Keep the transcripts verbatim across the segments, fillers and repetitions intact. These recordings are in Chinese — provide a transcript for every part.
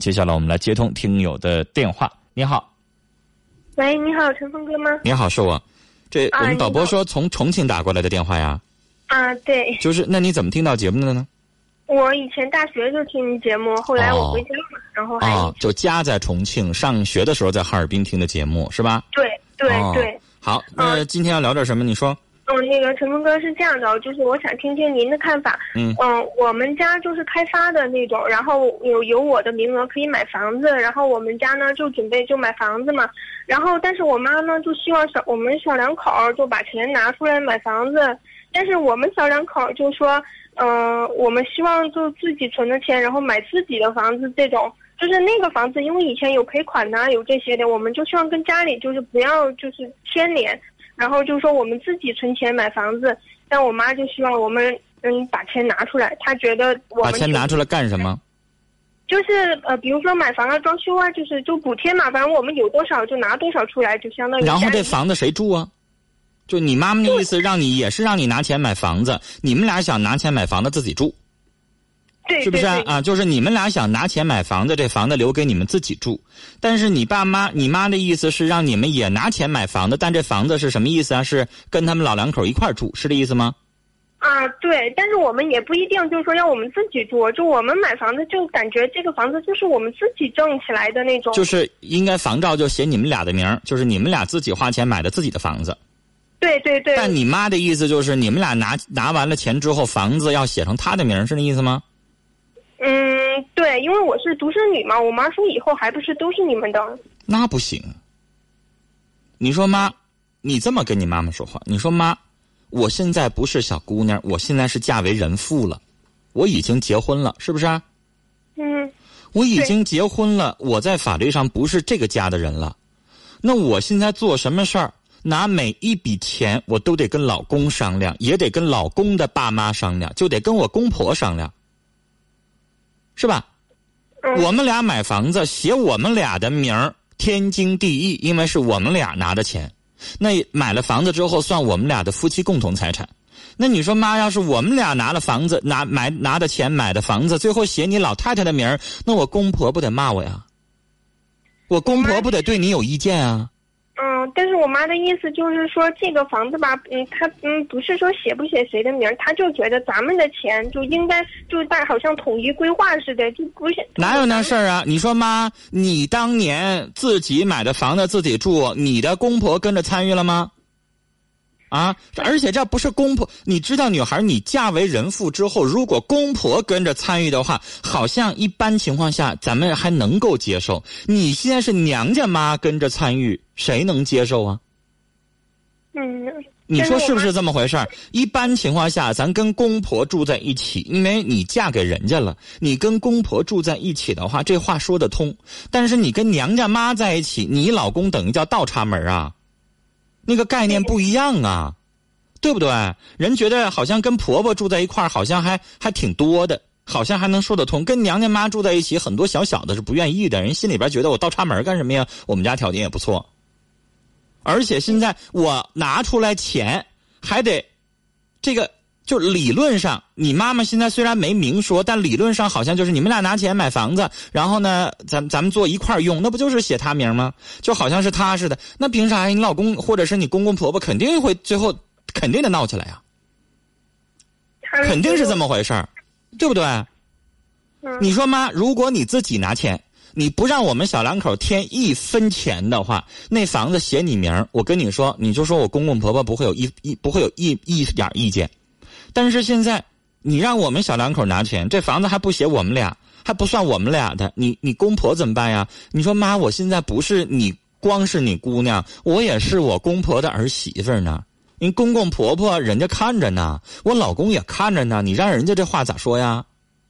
接下来我们来接通听友的电话。你好。 喂，你好，陈峰哥吗？ 你好，是我。这啊、 我们导播说从重庆打过来的电话呀。 啊，对。 就是那你怎么听到节目的呢？ 我以前大学就听节目，后来我回家了，哦、然后还哦，就家在重庆，上学的时候在哈尔滨听的节目是吧？ 对对、哦、对。 好，那、呃、今天要聊点什么？你说。 嗯，那个陈峰哥是这样的，就是我想听听您的看法。 嗯嗯、呃，我们家就是开发的那种，然后有有我的名额可以买房子，然后我们家呢就准备就买房子嘛，然后但是我妈呢就希望小我们小两口就把钱拿出来买房子，但是我们小两口就说，呃，我们希望就自己存的钱，然后买自己的房子，这种就是那个房子，因为以前有赔款呐、啊，有这些的，我们就希望跟家里就是不要就是牵连。然后就说我们自己存钱买房子，但我妈就希望我们嗯把钱拿出来，她觉得我们把钱拿出来干什么？ 就是呃，比如说买房啊、装修啊，就是就补贴嘛，反正我们有多少就拿多少出来，就相当于。 然后这房子谁住啊？就你妈妈的意思，让你也是让你拿钱买房子，你们俩想拿钱买房子自己住。 对， 是不是啊？ 对对啊，就是你们俩想拿钱买房子，这房子留给你们自己住。但是你爸妈、你妈的意思是让你们也拿钱买房子，但这房子是什么意思啊？是跟他们老两口一块住，是这意思吗？ 啊，对，但是我们也不一定就是说要我们自己住，就我们买房子就感觉这个房子就是我们自己挣起来的那种。 就是应该房照就写你们俩的名儿，就是你们俩自己花钱买的自己的房子。 对对对。 但你妈的意思就是你们俩拿拿完了钱之后，房子要写成她的名儿，是那意思吗？ 嗯，对，因为我是独生女嘛，我妈说以后还不是都是你们的。 那不行。你说妈，你这么跟你妈妈说话，你说妈，我现在不是小姑娘，我现在是嫁为人妇了，我已经结婚了，是不是啊？ 嗯。 我已经结婚了，我在法律上不是这个家的人了。那我现在做什么事儿，拿每一笔钱，我都得跟老公商量，也得跟老公的爸妈商量，就得跟我公婆商量。是吧？我们俩买房子写我们俩的名儿，天经地义，因为是我们俩拿的钱。那买了房子之后，算我们俩的夫妻共同财产。那你说妈，要是我们俩拿了房子，拿买拿的钱买的房子，最后写你老太太的名儿，那我公婆不得骂我呀？我公婆不得对你有意见啊？ 嗯，但是我妈的意思就是说，这个房子吧，嗯，她嗯不是说写不写谁的名儿，她就觉得咱们的钱就应该就在好像统一规划似的，就不是。 哪有那事儿啊？你说妈，你当年自己买的房子自己住，你的公婆跟着参与了吗？啊，而且这不是公婆，你知道女孩你嫁为人妇之后，如果公婆跟着参与的话，好像一般情况下咱们还能够接受。你现在是娘家妈跟着参与，谁能接受啊？ 嗯， 你说是不是这么回事儿？一般情况下咱跟公婆住在一起，因为你嫁给人家了，你跟公婆住在一起的话，这话说得通。但是你跟娘家妈在一起，你老公等于叫倒插门啊，那个概念不一样啊，对不对？人觉得好像跟婆婆住在一块儿，好像还还挺多的，好像还能说得通。跟娘家妈住在一起，很多小小的是不愿意的，人心里边觉得我倒插门干什么呀？我们家条件也不错，而且现在我拿出来钱还得这个，就理论上你妈妈现在虽然没明说，但理论上好像就是你们俩拿钱买房子，然后呢咱咱们做一块用，那不就是写他名吗？就好像是他似的。那凭啥呀？你老公或者是你公公婆婆肯定会最后肯定得闹起来呀，肯定是这么回事儿，对不对？你说妈，如果你自己拿钱，你不让我们小两口添一分钱的话，那房子写你名，我跟你说，你就说我公公婆婆不会有一一不会有一一点意见。但是现在你让我们小两口拿钱，这房子还不写我们俩，还不算我们俩的，你你公婆怎么办呀？你说妈，我现在不是你光是你姑娘，我也是我公婆的儿媳妇呢。你公公婆婆人家看着呢，我老公也看着呢，你让人家这话咋说呀？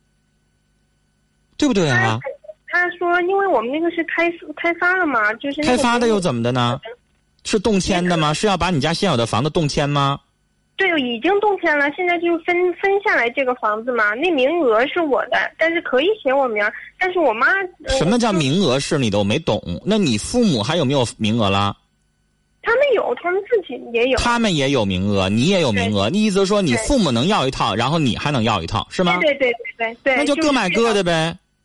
对不对啊？ 他, 他说，因为我们那个是开开发了嘛，就是、那个、 开发的又怎么的呢？是动迁的吗？是要把你家现有的房子动迁吗？ 对，已经动迁了，现在就分分下来这个房子嘛，那名额是我的，但是可以写我名，但是我妈、呃、 什么叫名额是你的？我没懂。那你父母还有没有名额了？ 他们有，他们自己也有。 他们也有名额，你也有名额。你意思说你父母能要一套，然后你还能要一套，是吗？ 对对对对对。 那就各买各的呗。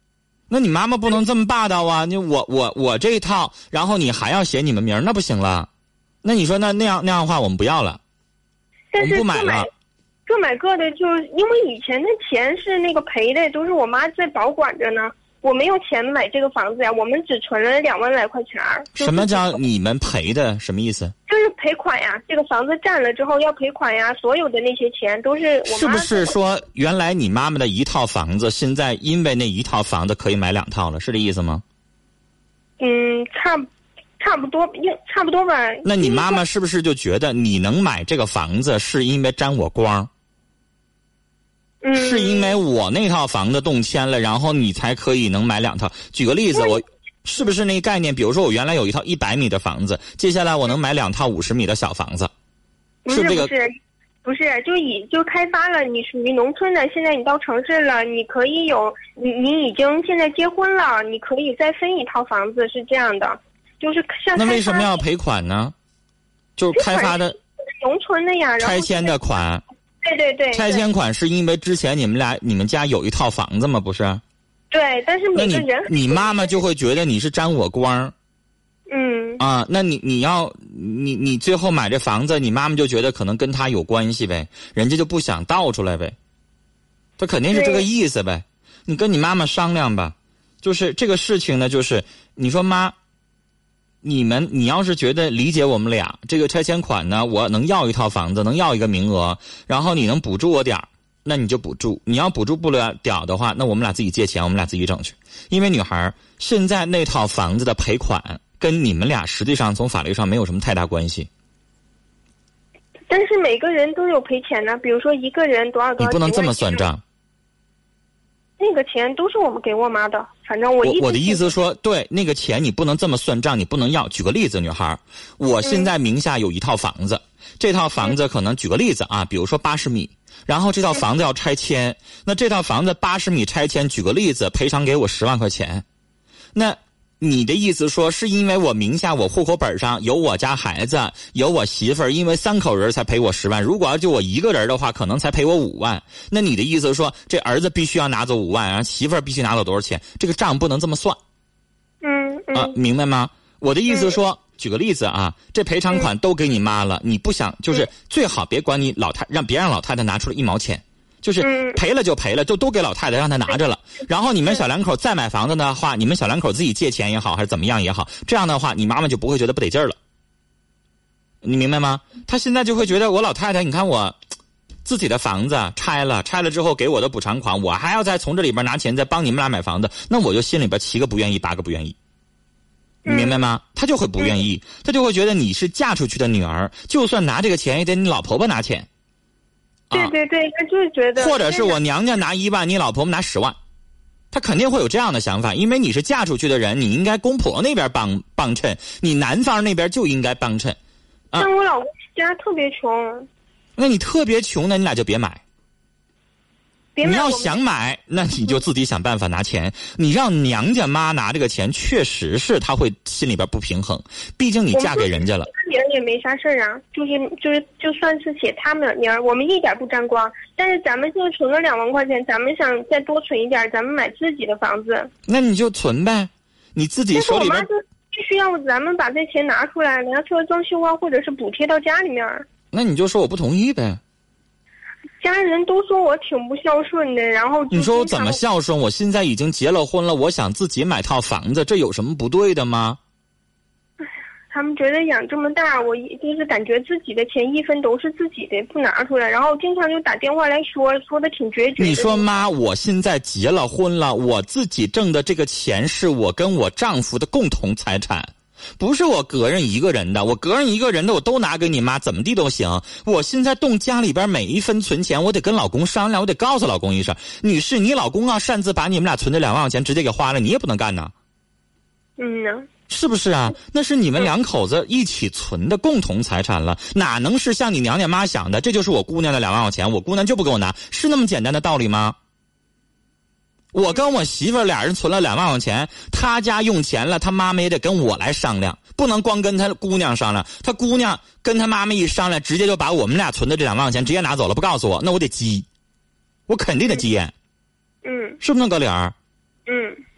那你妈妈不能这么霸道啊！你我我我这一套，然后你还要写你们名儿，那不行了。那你说那那样那样的话，我们不要了， 但是我们不买了。 各买各的，就因为以前的钱是那个赔的，都是我妈在保管着呢。我没有钱买这个房子呀，我们只存了两万来块钱儿。 什么叫你们赔的？什么意思？ 就是赔款呀，这个房子占了之后要赔款呀，所有的那些钱都是我妈。 是不是说原来你妈妈的一套房子，现在因为那一套房子可以买两套了，是这意思吗？ 嗯，差差不多，差不多吧。 那你妈妈是不是就觉得你能买这个房子是因为沾我光？ 嗯， 是因为我那套房子动迁了，然后你才可以能买两套。举个例子，我是不是那个概念？比如说我原来有一套一百米的房子，接下来我能买两套五十米的小房子， 是这个？ 不是，不是，就已就开发了。你属于农村的，现在你到城市了，你可以有你你已经现在结婚了，你可以再分一套房子，是这样的，就是像那为什么要赔款呢？就是开发的农村的呀， 拆迁的款。 对对对， 拆迁款是因为之前你们俩你们家有一套房子吗？不是？ 对，但是每个人你你妈妈就会觉得你是沾我光。 嗯啊，那你你要你你最后买这房子，你妈妈就觉得可能跟他有关系呗，人家就不想倒出来呗，他肯定是这个意思呗。你跟你妈妈商量吧，就是这个事情呢，就是你说妈。你们，你要是觉得理解我们俩，这个拆迁款呢，我能要一套房子，能要一个名额，然后你能补助我点儿，那你就补助。你要补助不了点儿的话，那我们俩自己借钱，我们俩自己整去。因为女孩现在那套房子的赔款跟你们俩实际上从法律上没有什么太大关系。 但是每个人都有赔钱呢，比如说一个人多少多少。 你不能这么算账。 那个钱都是我们给我妈的，反正我一我我的意思说，对那个钱你不能这么算账，你不能要。举个例子，女孩，我现在名下有一套房子，嗯、这套房子可能举个例子啊，比如说八十米，然后这套房子要拆迁，嗯、那这套房子八十米拆迁，举个例子，赔偿给我十万块钱，那。你的意思说是因为我名下我户口本上有我家孩子有我媳妇儿，因为三口人才赔我十万，如果要就我一个人的话可能才赔我五万。那你的意思说这儿子必须要拿走五万，然后媳妇儿必须拿走多少钱？这个账不能这么算。 嗯嗯啊，明白吗？我的意思说、嗯、举个例子啊，这赔偿款都给你妈了，你不想就是最好别管你老太让别让老太太拿出了一毛钱。就是赔了就赔了，就都给老太太让她拿着了。然后你们小两口再买房子的话，你们小两口自己借钱也好，还是怎么样也好，这样的话，你妈妈就不会觉得不得劲儿了。你明白吗？她现在就会觉得我老太太，你看我自己的房子拆了，拆了之后给我的补偿款，我还要再从这里边拿钱再帮你们俩买房子，那我就心里边七个不愿意，八个不愿意。你明白吗？她就会不愿意，她就会觉得你是嫁出去的女儿，就算拿这个钱也得你老婆婆拿钱。 对对对，他就是觉得， 或者是我娘家拿一万，你老婆婆拿十万，他肯定会有这样的想法，因为你是嫁出去的人，你应该公婆那边帮帮衬，你男方那边就应该帮衬。 啊、但我老公家特别穷， 那你特别穷呢，你俩就别买。 别买你要想买，那你就自己想办法拿钱。你让娘家妈拿这个钱，确实是他会心里边不平衡，毕竟你嫁给人家了。 他名也没啥事儿啊，就是就是就算是写他们的名儿，我们一点不沾光。但是咱们现在存了两万块钱，咱们想再多存一点，咱们买自己的房子。 那你就存呗，你自己手里边。 但是我妈就必须要咱们把这钱拿出来，拿出来装修啊，或者是补贴到家里面。 那你就说我不同意呗。 家人都说我挺不孝顺的，然后你说我怎么孝顺？我现在已经结了婚了，我想自己买套房子，这有什么不对的吗？ 他们觉得养这么大，我就是感觉自己的钱一分都是自己的，不拿出来，然后经常就打电话来说，说的挺决绝的。 你说妈，我现在结了婚了，我自己挣的这个钱是我跟我丈夫的共同财产。不是我个人一个人的，我个人一个人的我都拿给你妈，怎么地都行。我现在动家里边每一分存钱，我得跟老公商量，我得告诉老公一声，女士，你老公啊擅自把你们俩存的两万块钱直接给花了，你也不能干呢。 嗯呢， 是不是啊？那是你们两口子一起存的共同财产了，哪能是像你娘家妈想的，这就是我姑娘的两万块钱，我姑娘就不给我拿，是那么简单的道理吗？我跟我媳妇儿俩人存了两万块钱，他家用钱了，他妈妈也得跟我来商量，不能光跟他姑娘商量。他姑娘跟他妈妈一商量，直接就把我们俩存的这两万块钱直接拿走了，不告诉我，那我得急，我肯定得急眼。 嗯， 是不是那个理儿？ 嗯，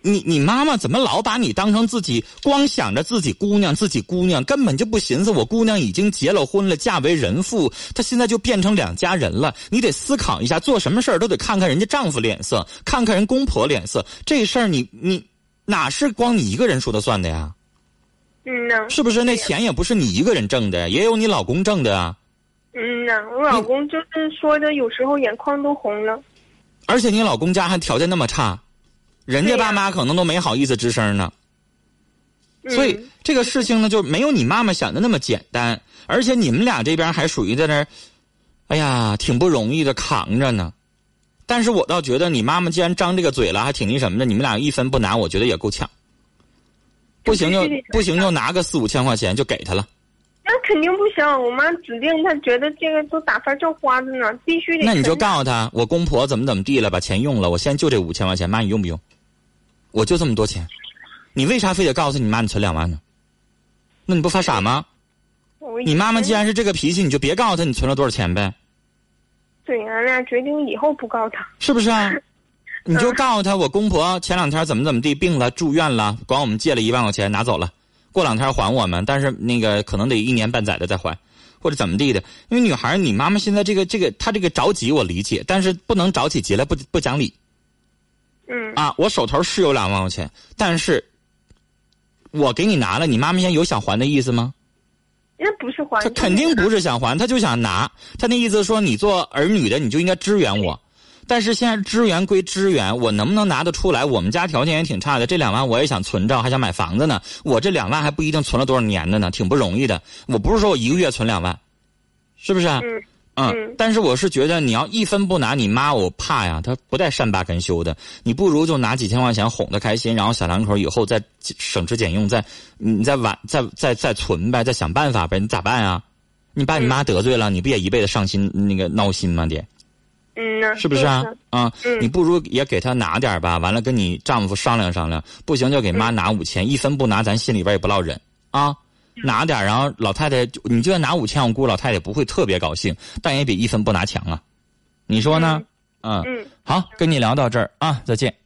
你你妈妈怎么老把你当成自己，光想着自己姑娘自己姑娘，根本就不寻思我姑娘已经结了婚了，嫁为人妇，她现在就变成两家人了。你得思考一下，做什么事儿都得看看人家丈夫脸色，看看人公婆脸色。这事儿你你哪是光你一个人说的算的呀？ 嗯呐， 是不是？那钱也不是你一个人挣的，也有你老公挣的啊。 嗯呐，我老公就是说的，有时候眼眶都红了。 而且你老公家还条件那么差，人家爸妈可能都没好意思吱声呢。所以这个事情呢，就没有你妈妈想的那么简单。而且你们俩这边还属于在那儿，哎呀，挺不容易的扛着呢。但是我倒觉得你妈妈既然张这个嘴了，还挺那什么的，你们俩一分不拿，我觉得也够呛。不行就不行就拿个四五千块钱就给他了。 那肯定不行，我妈指定她觉得这个都打发正花着呢，必须得。 那你就告诉他，我公婆怎么怎么地了，把钱用了，我现在就这五千块钱，妈你用不用？我就这么多钱，你为啥非得告诉你妈你存两万呢？那你不发傻吗？你妈妈既然是这个脾气，你就别告诉她你存了多少钱呗。 对，俺俩决定以后不告她。 是不是啊？你就告诉她，我公婆前两天怎么怎么地病了，住院了，管我们借了一万块钱拿走了。过两天还我们，但是那个可能得一年半载的再还，或者怎么地的。因为女孩，你妈妈现在这个这个，她这个着急我理解，但是不能着起急来不不讲理。 嗯。 啊，我手头是有两万块钱，但是我给你拿了，你妈妈现在有想还的意思吗？ 那不是还。 她肯定不是想还，她就想拿。她那意思说，你做儿女的你就应该支援我。但是现在支援归支援，我能不能拿得出来？我们家条件也挺差的，这两万我也想存着，还想买房子呢。我这两万还不一定存了多少年的呢，挺不容易的。我不是说我一个月存两万，是不是？ 嗯。 嗯。嗯但是我是觉得你要一分不拿，你妈我怕呀，她不带善罢甘休的。你不如就拿几千块钱哄她开心，然后小两口以后再省吃俭用，再你再晚再再再存呗，再想办法呗。你咋办啊？你把你妈得罪了，你不也一辈子上心那个闹心吗？爹。 嗯呢， 是不是啊？啊、 嗯， 你不如也给他拿点吧，完了跟你丈夫商量商量，不行就给妈拿五千、嗯，一分不拿，咱心里边也不落忍啊。嗯、拿点，然后老太太，你就算拿五千，我估老太太不会特别高兴，但也比一分不拿强啊。你说呢？嗯， 嗯， 好，跟你聊到这儿啊，再见。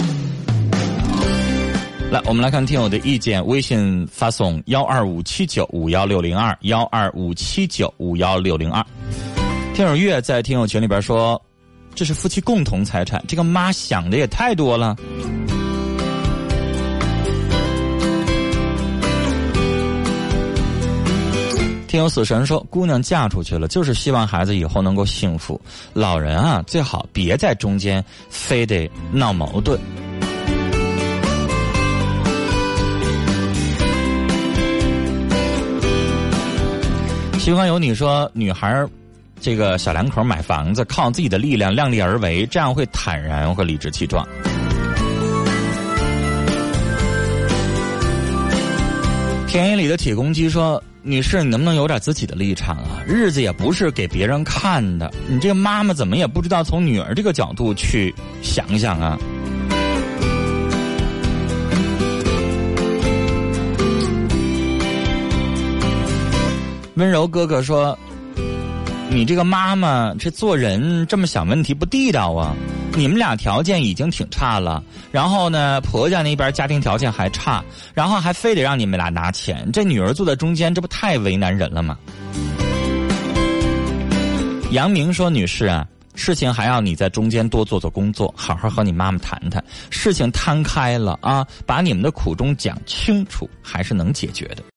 来，我们来看听友的意见，微信发送幺二五七九五幺六零二幺二五七九五幺六零二。听友月在听友群里边说，这是夫妻共同财产，这个妈想的也太多了。听友死神说，姑娘嫁出去了，就是希望孩子以后能够幸福，老人啊最好别在中间非得闹矛盾。喜欢有你说，女孩这个小两口买房子靠自己的力量量力而为，这样会坦然和理直气壮。田野里的铁公鸡说，女士你能不能有点自己的立场啊？日子也不是给别人看的，你这个妈妈怎么也不知道从女儿这个角度去想想啊。温柔哥哥说，你这个妈妈这做人这么想问题不地道啊！你们俩条件已经挺差了，然后呢婆家那边家庭条件还差，然后还非得让你们俩拿钱，这女儿坐在中间，这不太为难人了吗？杨明说，女士啊，事情还要你在中间多做做工作，好好和你妈妈谈谈，事情摊开了啊，把你们的苦衷讲清楚，还是能解决的。